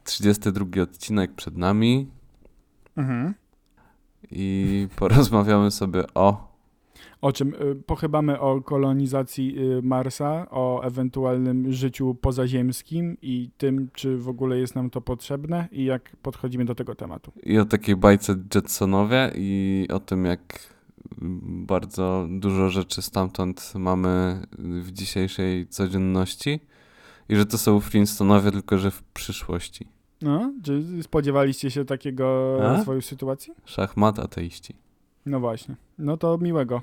32 odcinek przed nami Mhm. i porozmawiamy sobie O czym? Pochybamy o kolonizacji Marsa, o ewentualnym życiu pozaziemskim i tym, czy w ogóle jest nam to potrzebne i jak podchodzimy do tego tematu. i o takiej bajce Jetsonowie i o tym, jak bardzo dużo rzeczy stamtąd mamy w dzisiejszej codzienności i że to są Flintstonowie, tylko że w przyszłości. No, czy spodziewaliście się takiego rozwoju sytuacji? Szachmat ateiści. No właśnie. No to miłego.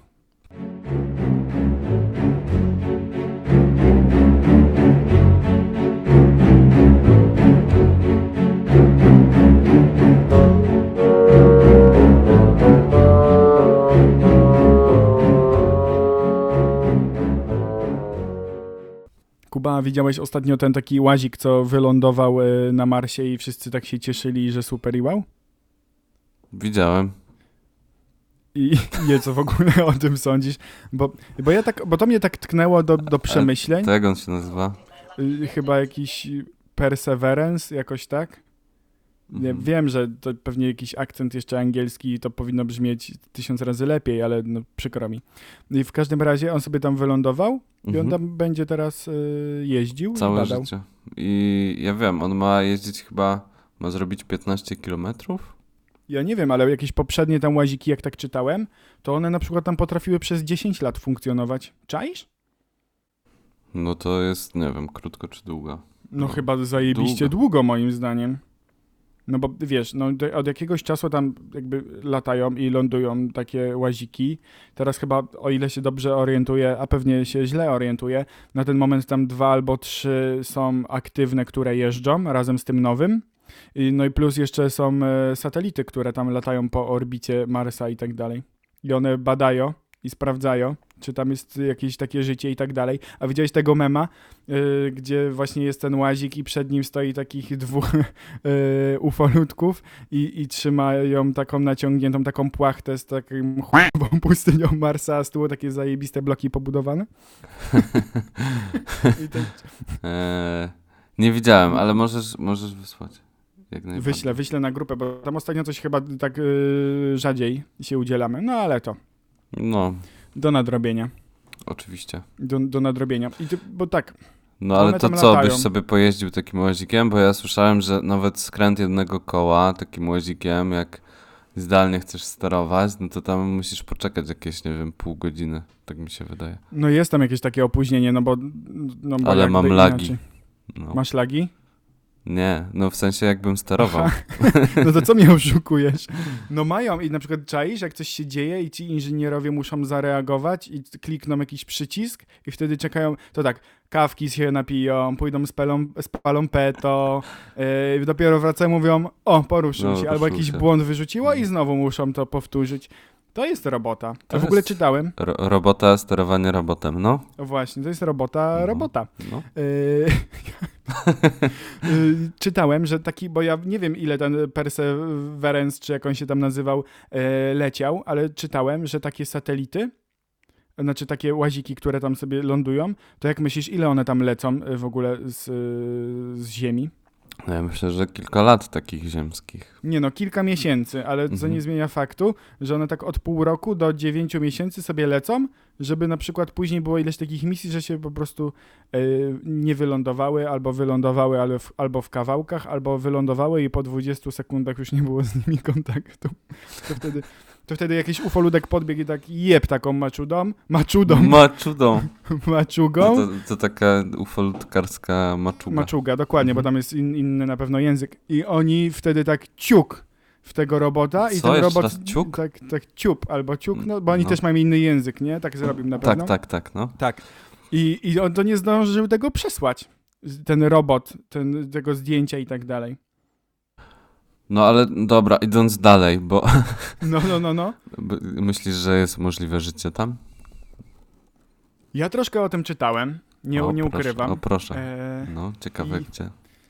Kuba, widziałeś ostatnio ten taki łazik, co wylądował na Marsie i wszyscy tak się cieszyli, że super i wow? Widziałem. I co w ogóle o tym sądzisz? Bo to mnie tak tknęło do przemyśleń. To jak on się nazywa? Chyba jakiś Perseverance, jakoś tak? Nie, wiem, że to pewnie jakiś akcent jeszcze angielski i to powinno brzmieć 1000 razy lepiej, ale no, przykro mi. I w każdym razie on sobie tam wylądował i on tam będzie teraz jeździł całe i badał. życie. I ja wiem, on ma jeździć chyba, ma zrobić 15 kilometrów? Ja nie wiem, ale jakieś poprzednie tam łaziki, jak tak czytałem, to one na przykład tam potrafiły przez 10 lat funkcjonować. Czaisz? No to jest, nie wiem, krótko czy długo. No chyba zajebiście długo moim zdaniem. No bo wiesz, no od jakiegoś czasu tam jakby latają i lądują takie łaziki. Teraz chyba, o ile się dobrze orientuję, a pewnie się źle orientuję, na ten moment tam 2 albo 3 są aktywne, które jeżdżą razem z tym nowym. No i plus jeszcze są satelity, które tam latają po orbicie Marsa i tak dalej. I one badają i sprawdzają, czy tam jest jakieś takie życie i tak dalej. A widziałeś tego mema, gdzie właśnie jest ten łazik i przed nim stoi takich 2 ufolutków i trzymają taką naciągniętą taką płachtę z taką chłopą pustynią Marsa, a z tyłu takie zajebiste bloki pobudowane? I tak... Nie widziałem, ale możesz wysłać. Jak Wyślę na grupę, bo tam ostatnio coś chyba tak rzadziej się udzielamy. No ale to. No. Do nadrobienia. Oczywiście. Do nadrobienia. Bo tak. No ale to co, byś sobie pojeździł takim łazikiem? Bo ja słyszałem, że nawet skręt jednego koła takim łazikiem, jak zdalnie chcesz sterować, no to tam musisz poczekać jakieś, nie wiem, pół godziny. Tak mi się wydaje. No jest tam jakieś takie opóźnienie, no bo ale mam lagi. No. Masz lagi? Nie, no w sensie jakbym sterował. No to co mnie oszukujesz? No mają i na przykład czaisz, jak coś się dzieje i ci inżynierowie muszą zareagować i klikną jakiś przycisk i wtedy czekają, to tak, kawki się napiją, pójdą spalą peto, dopiero wracają, mówią, o, poruszył się, albo jakiś błąd wyrzuciło i znowu muszą to powtórzyć. To jest robota. To w ogóle czytałem. Robota, sterowanie robotem, no. Właśnie, to jest robota. No. Czytałem, że taki, bo ja nie wiem ile ten Perseverance, czy jak on się tam nazywał, leciał, ale czytałem, że takie satelity, znaczy takie łaziki, które tam sobie lądują, to jak myślisz, ile one tam lecą w ogóle z Ziemi? Ja myślę, że kilka lat takich ziemskich. Nie no, kilka miesięcy, ale co nie zmienia faktu, że one tak od pół roku do 9 miesięcy sobie lecą, żeby na przykład później było ileś takich misji, że się po prostu nie wylądowały, albo wylądowały albo w kawałkach, albo wylądowały i po 20 sekundach już nie było z nimi kontaktu. To wtedy jakiś ufoludek podbiegł i tak jeb taką maczugą. To taka ufolutkarska maczuga. Maczuga, dokładnie, bo tam jest inny na pewno język. I oni wtedy tak ciuk w tego robota. Co, i ten robot ciuk? Tak ciup albo ciuk, no bo oni też mają inny język, nie? Tak zrobił na pewno. Tak, no. Tak. I on to nie zdążył tego przesłać. Ten robot, tego zdjęcia i tak dalej. No ale dobra, idąc dalej, bo... No. Myślisz, że jest możliwe życie tam? Ja troszkę o tym czytałem, nie ukrywam. O proszę, no ciekawe gdzie.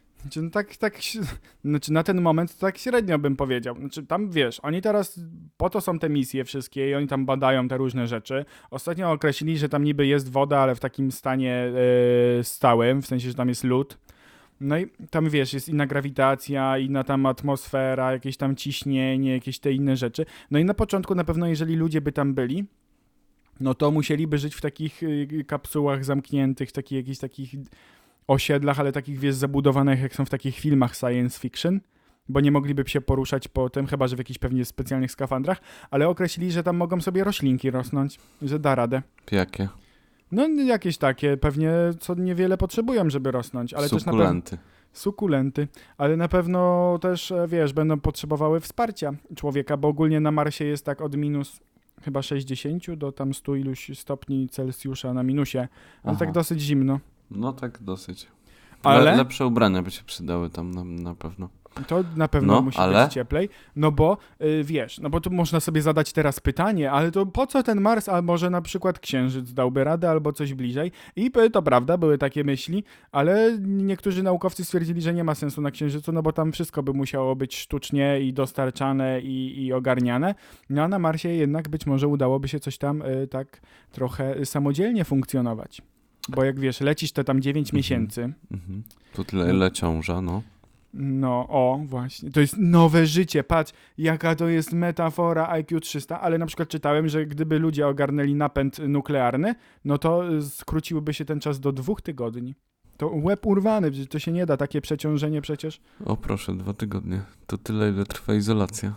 Znaczy na ten moment tak średnio bym powiedział. Znaczy tam wiesz, oni teraz, po to są te misje wszystkie i oni tam badają te różne rzeczy. Ostatnio określili, że tam niby jest woda, ale w takim stanie stałym, w sensie, że tam jest lód. No i tam wiesz, jest inna grawitacja, inna tam atmosfera, jakieś tam ciśnienie, jakieś te inne rzeczy. No i na początku na pewno, jeżeli ludzie by tam byli, no to musieliby żyć w takich kapsułach zamkniętych, jakichś takich osiedlach, ale takich, wiesz, zabudowanych, jak są w takich filmach science fiction, bo nie mogliby się poruszać po tym, chyba że w jakichś pewnie specjalnych skafandrach, ale określili, że tam mogą sobie roślinki rosnąć, że da radę. Jakie? No jakieś takie, pewnie co niewiele potrzebują, żeby rosnąć, ale też na pewno... Sukulenty, ale na pewno też, wiesz, będą potrzebowały wsparcia człowieka, bo ogólnie na Marsie jest tak od minus chyba 60 do tam 100 iluś stopni Celsjusza na minusie, ale tak dosyć zimno. No tak dosyć. Ale lepsze ubrania by się przydały tam na pewno. to na pewno musi być cieplej, no bo wiesz, no bo tu można sobie zadać teraz pytanie, ale to po co ten Mars, a może na przykład Księżyc dałby radę albo coś bliżej i to prawda, były takie myśli, ale niektórzy naukowcy stwierdzili, że nie ma sensu na Księżycu, no bo tam wszystko by musiało być sztucznie i dostarczane i ogarniane, no a na Marsie jednak być może udałoby się coś tam tak trochę samodzielnie funkcjonować. Bo jak wiesz, lecisz te tam 9 miesięcy. To tyle ciąża, no. No, właśnie. To jest nowe życie. Patrz, jaka to jest metafora IQ 300, ale na przykład czytałem, że gdyby ludzie ogarnęli napęd nuklearny, no to skróciłby się ten czas do 2 tygodni. To łeb urwany, to się nie da, takie przeciążenie przecież. O proszę, 2 tygodnie. To tyle, ile trwa izolacja.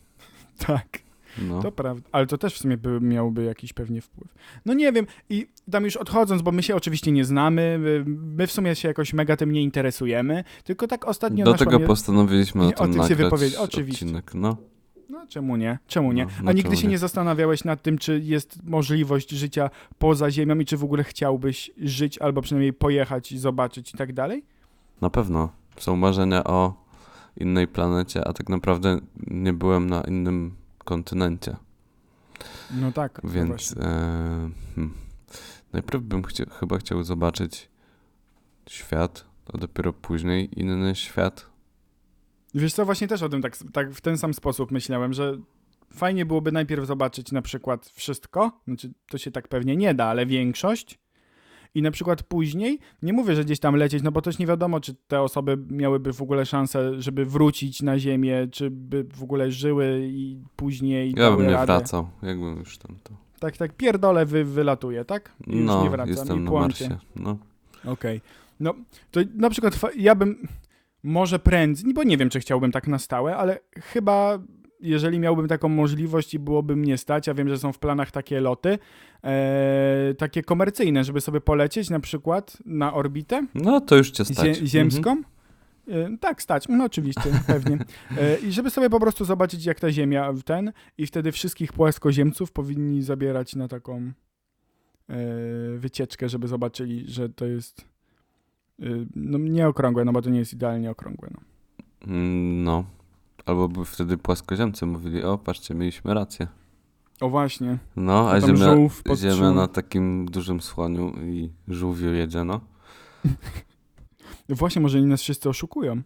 Tak. No. To prawda, ale to też w sumie miałby jakiś pewnie wpływ. No nie wiem, i tam już odchodząc, bo my się oczywiście nie znamy, my w sumie się jakoś mega tym nie interesujemy, tylko tak ostatnio... Do tego postanowiliśmy o tym nagrać oczywiście. Odcinek, no. No czemu nie? Czemu nie? A nigdy się nie zastanawiałeś nad tym, czy jest możliwość życia poza Ziemią i czy w ogóle chciałbyś żyć, albo przynajmniej pojechać, zobaczyć i tak dalej? Na pewno. Są marzenia o innej planecie, a tak naprawdę nie byłem na innym kontynencie. No tak. Więc najpierw bym chyba chciał zobaczyć świat, a dopiero później inny świat. Wiesz co, właśnie też o tym tak w ten sam sposób myślałem, że fajnie byłoby najpierw zobaczyć na przykład wszystko, znaczy to się tak pewnie nie da, ale większość i na przykład później, nie mówię, że gdzieś tam lecieć, no bo też nie wiadomo, czy te osoby miałyby w ogóle szansę, żeby wrócić na Ziemię, czy by w ogóle żyły i później ja bym nie wracał, jakbym już tam to... Tak, pierdolę wylatuje, tak? I już nie wracam. Jestem i na Marsie, no. Okej. No, to na przykład ja bym może prędzej, bo nie wiem, czy chciałbym tak na stałe, ale chyba jeżeli miałbym taką możliwość i byłoby mnie stać, ja wiem, że są w planach takie loty, takie komercyjne, żeby sobie polecieć na przykład na orbitę. No to już cię stać. Ziemską. Tak, stać, no oczywiście, pewnie. I żeby sobie po prostu zobaczyć, jak ta Ziemia i wtedy wszystkich płaskoziemców powinni zabierać na taką wycieczkę, żeby zobaczyli, że to jest no nie okrągłe, no bo to nie jest idealnie okrągłe. No. No. Albo by wtedy płaskoziemcy mówili, o patrzcie, mieliśmy rację. O właśnie. No, a ziemia na takim dużym słoniu i żółwiu jedzie, no. Właśnie, może oni nas wszyscy oszukują.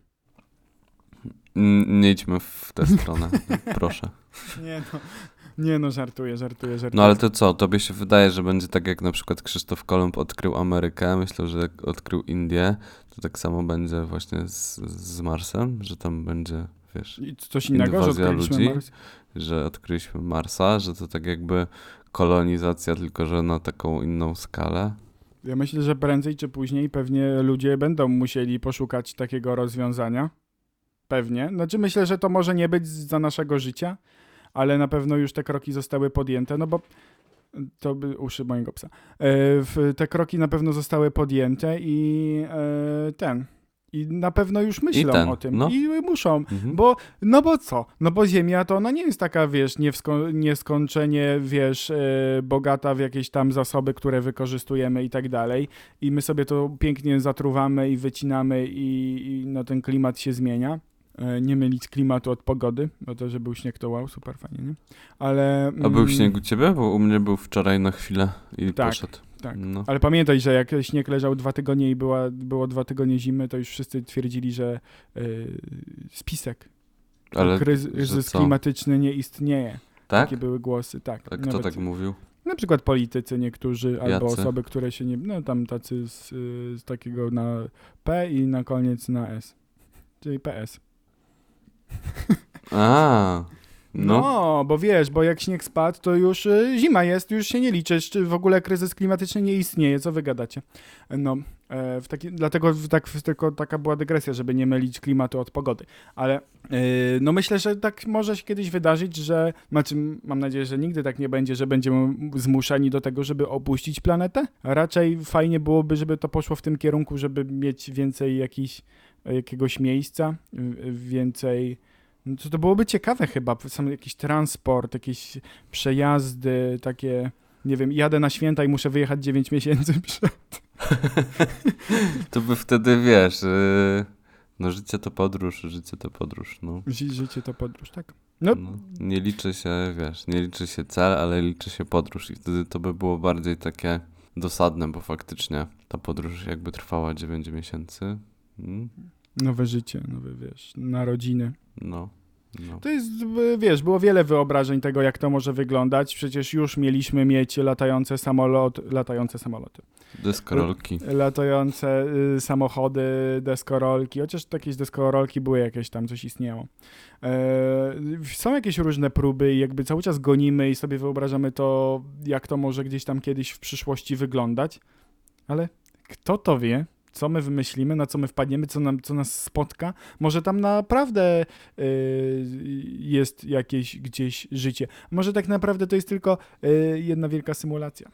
Nie idźmy w tę stronę, proszę. Nie no, żartuję. No ale to co, tobie się wydaje, że będzie tak jak na przykład Krzysztof Kolumb odkrył Amerykę, myślę, że jak odkrył Indię, to tak samo będzie właśnie z Marsem, że tam będzie, wiesz, i coś innego, inwazja ludzi, że odkryliśmy Marsa, że to tak jakby kolonizacja, tylko że na taką inną skalę. Ja myślę, że prędzej czy później pewnie ludzie będą musieli poszukać takiego rozwiązania. Pewnie. Znaczy myślę, że to może nie być za naszego życia, ale na pewno już te kroki zostały podjęte, no bo to by uszy mojego psa. Te kroki na pewno zostały podjęte i i na pewno już myślą o tym. No. I muszą, bo co? No bo Ziemia to ona nie jest taka, wiesz, nieskończenie, wiesz, bogata w jakieś tam zasoby, które wykorzystujemy i tak dalej. I my sobie to pięknie zatruwamy i wycinamy i no ten klimat się zmienia. Nie mylić klimatu od pogody, bo to, że był śnieg, to wow, super fajnie, nie? Ale... A był śnieg u ciebie? Bo u mnie był wczoraj na chwilę i tak, poszedł. Tak, no. Ale pamiętaj, że jak śnieg leżał 2 tygodnie i było 2 tygodnie zimy, to już wszyscy twierdzili, że spisek. Ale kryzys klimatyczny nie istnieje. Tak? Takie były głosy, tak. A kto tak mówił? Na przykład politycy niektórzy, albo Jacy? osoby, które się nie... No tam tacy z takiego na P i na koniec na S. Czyli PS. A, no. No, bo wiesz, bo jak śnieg spadł, to już zima jest, już się nie liczysz, czy w ogóle kryzys klimatyczny nie istnieje, co wy gadacie? No, dlatego tylko taka była dygresja, żeby nie mylić klimatu od pogody, ale no myślę, że tak może się kiedyś wydarzyć, że, znaczy mam nadzieję, że nigdy tak nie będzie, że będziemy zmuszeni do tego, żeby opuścić planetę, a raczej fajnie byłoby, żeby to poszło w tym kierunku, żeby mieć więcej jakiegoś miejsca, więcej... No to byłoby ciekawe chyba, sam jakiś transport, jakieś przejazdy, takie, nie wiem, jadę na święta i muszę wyjechać 9 miesięcy przed. To by wtedy, wiesz, no życie to podróż, no. Życie to podróż, tak? No. Nie liczy się, wiesz, nie liczy się cel, ale liczy się podróż i wtedy to by było bardziej takie dosadne, bo faktycznie ta podróż jakby trwała 9 miesięcy. Nowe życie, nowe, wiesz, narodziny. No. To jest, wiesz, było wiele wyobrażeń tego, jak to może wyglądać. Przecież już mieliśmy mieć latające samoloty. Deskorolki. Latające samochody, deskorolki. Chociaż jakieś deskorolki były, jakieś tam coś istniało. Są jakieś różne próby i jakby cały czas gonimy i sobie wyobrażamy to, jak to może gdzieś tam kiedyś w przyszłości wyglądać. Ale kto to wie? Co my wymyślimy, na co my wpadniemy, co nas spotka. Może tam naprawdę jest jakieś gdzieś życie. Może tak naprawdę to jest tylko jedna wielka symulacja.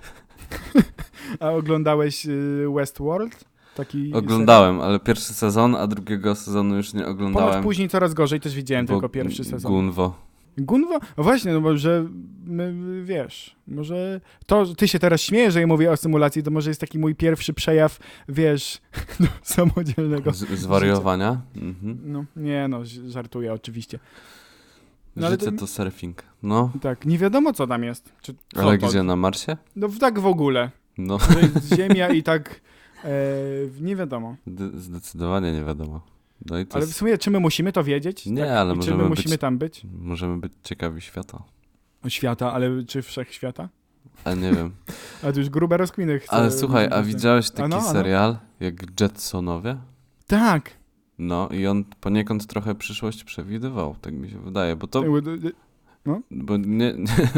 A oglądałeś Westworld? Oglądałem, ale pierwszy sezon, a drugiego sezonu już nie oglądałem. Ponoć później coraz gorzej, też widziałem tylko pierwszy sezon. Gunwo? No właśnie, no bo że wiesz, może to ty się teraz śmiejesz, że ja mówię o symulacji, to może jest taki mój pierwszy przejaw, wiesz, samodzielnego zwariowania? Mhm. No, nie no, żartuję oczywiście. No, życie to surfing, no. Tak, nie wiadomo co tam jest. Ale gdzie, na Marsie? No tak w ogóle. No. Ziemia i tak nie wiadomo. Zdecydowanie nie wiadomo. No i ale w sumie, czy my musimy to wiedzieć? Nie, tak? ale czy my musimy tam być? Możemy być ciekawi świata. Świata, ale czy wszechświata? A nie wiem. A to już grube rozkminy chcę. Ale słuchaj, a widziałeś taki serial jak Jetsonowie? Tak. No i on poniekąd trochę przyszłość przewidywał, tak mi się wydaje, bo to... No? Bo nie...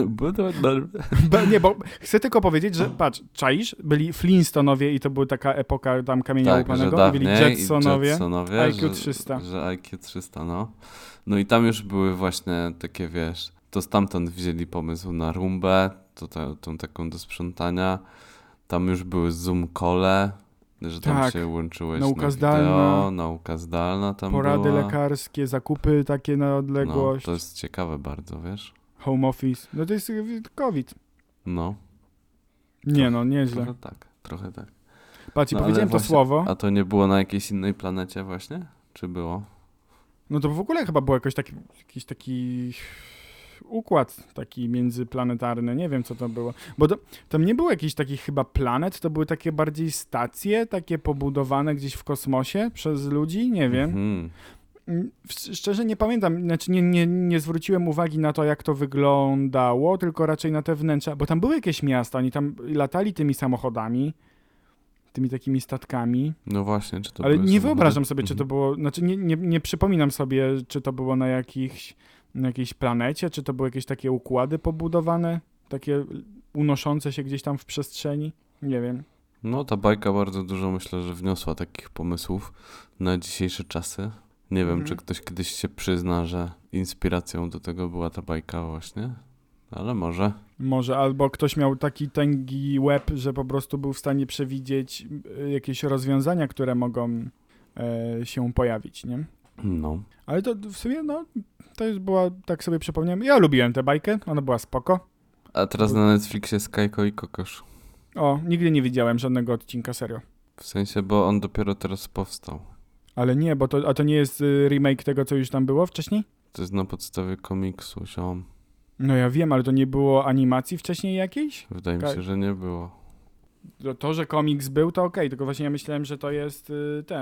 bo chcę tylko powiedzieć, że patrz, czaisz, byli Flintstonowie i to była taka epoka tam kamienia łupanego, i byli Jetsonowie, IQ 300. Że IQ 300, no. No i tam już były właśnie takie, wiesz, to stamtąd wzięli pomysł na rumbę, tą taką do sprzątania, tam już były Zoom call, że tam się łączyłeś nauka na zdalna, wideo, nauka zdalna tam porady była. lekarskie, zakupy takie na odległość. No, to jest ciekawe bardzo, wiesz. Home office. No to jest COVID. No. Nie no, nieźle. Trochę tak. Patrz, powiedziałem to słowo. A to nie było na jakiejś innej planecie właśnie? Czy było? No to w ogóle chyba był jakiś taki układ taki międzyplanetarny, nie wiem co to było, bo tam nie było jakichś takich chyba planet, to były takie bardziej stacje, takie pobudowane gdzieś w kosmosie przez ludzi, nie wiem. Mhm. Szczerze nie pamiętam, znaczy nie zwróciłem uwagi na to, jak to wyglądało, tylko raczej na te wnętrza, bo tam były jakieś miasta, oni tam latali tymi samochodami, tymi takimi statkami. No właśnie, czy to ale były nie samochody? wyobrażam sobie, czy to było, znaczy nie przypominam sobie, czy to było na jakiejś planecie, czy to były jakieś takie układy pobudowane, takie unoszące się gdzieś tam w przestrzeni, nie wiem. No ta bajka bardzo dużo, myślę, że wniosła takich pomysłów na dzisiejsze czasy. Nie wiem, czy ktoś kiedyś się przyzna, że inspiracją do tego była ta bajka właśnie, ale może. Może, albo ktoś miał taki tęgi łeb, że po prostu był w stanie przewidzieć jakieś rozwiązania, które mogą się pojawić, nie? No. Ale to w sumie, no, to już była, tak sobie przypomniałem, ja lubiłem tę bajkę, ona była spoko. A teraz na Netflixie jest Kajko i Kokosz. O, nigdy nie widziałem żadnego odcinka, serio. W sensie, bo on dopiero teraz powstał. Ale nie, bo to nie jest remake tego, co już tam było wcześniej? To jest na podstawie komiksu, ziom. No ja wiem, ale to nie było animacji wcześniej jakiejś? Wydaje mi się, że nie było. To, że komiks był, to okej, tylko właśnie ja myślałem, że to jest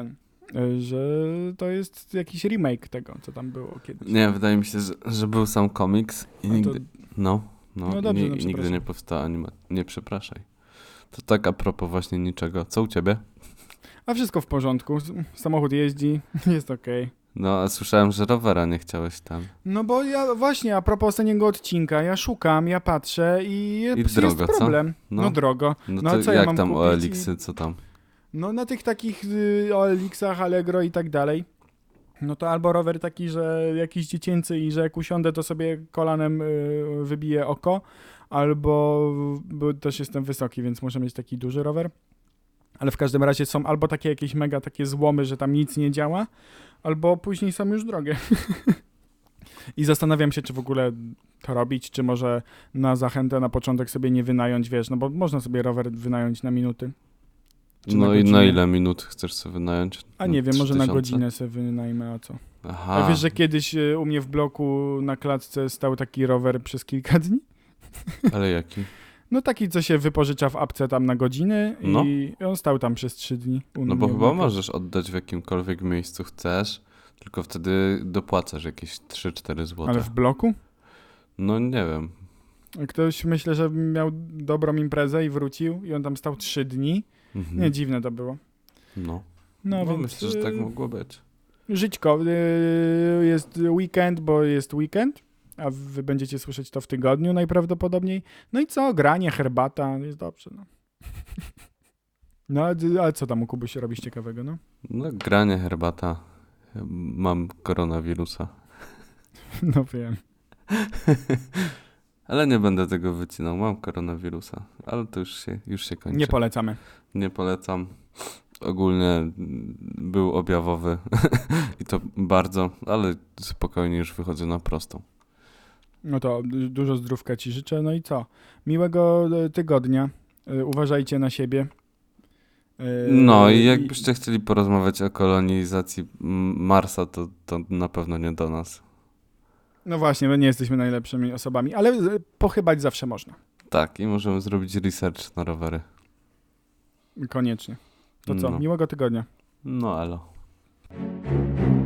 że to jest jakiś remake tego, co tam było kiedyś. Nie, wydaje mi się, że był sam komiks i nigdy... No. No dobrze, no nigdy przepraszam. nie powstała nie przepraszaj. To tak a propos właśnie niczego. Co u ciebie? A wszystko w porządku. Samochód jeździ, jest okej. No, a słyszałem, że rowera nie chciałeś tam. No bo ja właśnie, a propos ostatniego odcinka, ja szukam, ja patrzę i jest drogo, co? problem. No drogo. No No to a co ja jak mam tam kupić OLX-y, co tam? No na tych takich OLX-ach, Allegro i tak dalej. No to albo rower taki, że jakiś dziecięcy i że jak usiądę, to sobie kolanem wybiję oko, albo bo też jestem wysoki, więc muszę mieć taki duży rower. Ale w każdym razie są albo takie jakieś mega takie złomy, że tam nic nie działa, albo później są już drogie. I zastanawiam się, czy w ogóle to robić, czy może na zachętę na początek sobie nie wynająć, wiesz, no bo można sobie rower wynająć na minuty. Czy No na i na godzinę. ile minut chcesz sobie wynająć? A No, nie wiem, może na 3000? godzinę sobie wynajmę, a co? Aha. A wiesz, że kiedyś u mnie w bloku na klatce stał taki rower przez kilka dni? Ale jaki? No taki, co się wypożycza w apce tam na godziny No. i on stał tam przez 3 dni. No bo chyba możesz oddać w jakimkolwiek miejscu chcesz, tylko wtedy dopłacasz jakieś 3-4 zł. Ale w bloku? No nie wiem. Ktoś myślę, że miał dobrą imprezę i wrócił i on tam stał 3 dni. Mhm. Nie, dziwne to było. No, No, więc myślę, że tak mogło być. żyćko. Jest weekend, bo jest weekend, a wy będziecie słyszeć to w tygodniu najprawdopodobniej. No i co? Granie, herbata, jest dobrze. No, no a co tam u Kuby się robić ciekawego, no? No granie, herbata. Mam koronawirusa. No wiem. Ale nie będę tego wycinał. Mam koronawirusa. Ale to już się kończy. Nie polecamy. Nie polecam. Ogólnie był objawowy i to bardzo, ale spokojnie już wychodzę na prostą. No to dużo zdrówka ci życzę. No i co? Miłego tygodnia. Uważajcie na siebie. No i jakbyście chcieli porozmawiać o kolonizacji Marsa, to na pewno nie do nas. No właśnie, my nie jesteśmy najlepszymi osobami, ale pochybać zawsze można. Tak, i możemy zrobić research na rowery. Koniecznie. To co? No. Miłego tygodnia. No elo.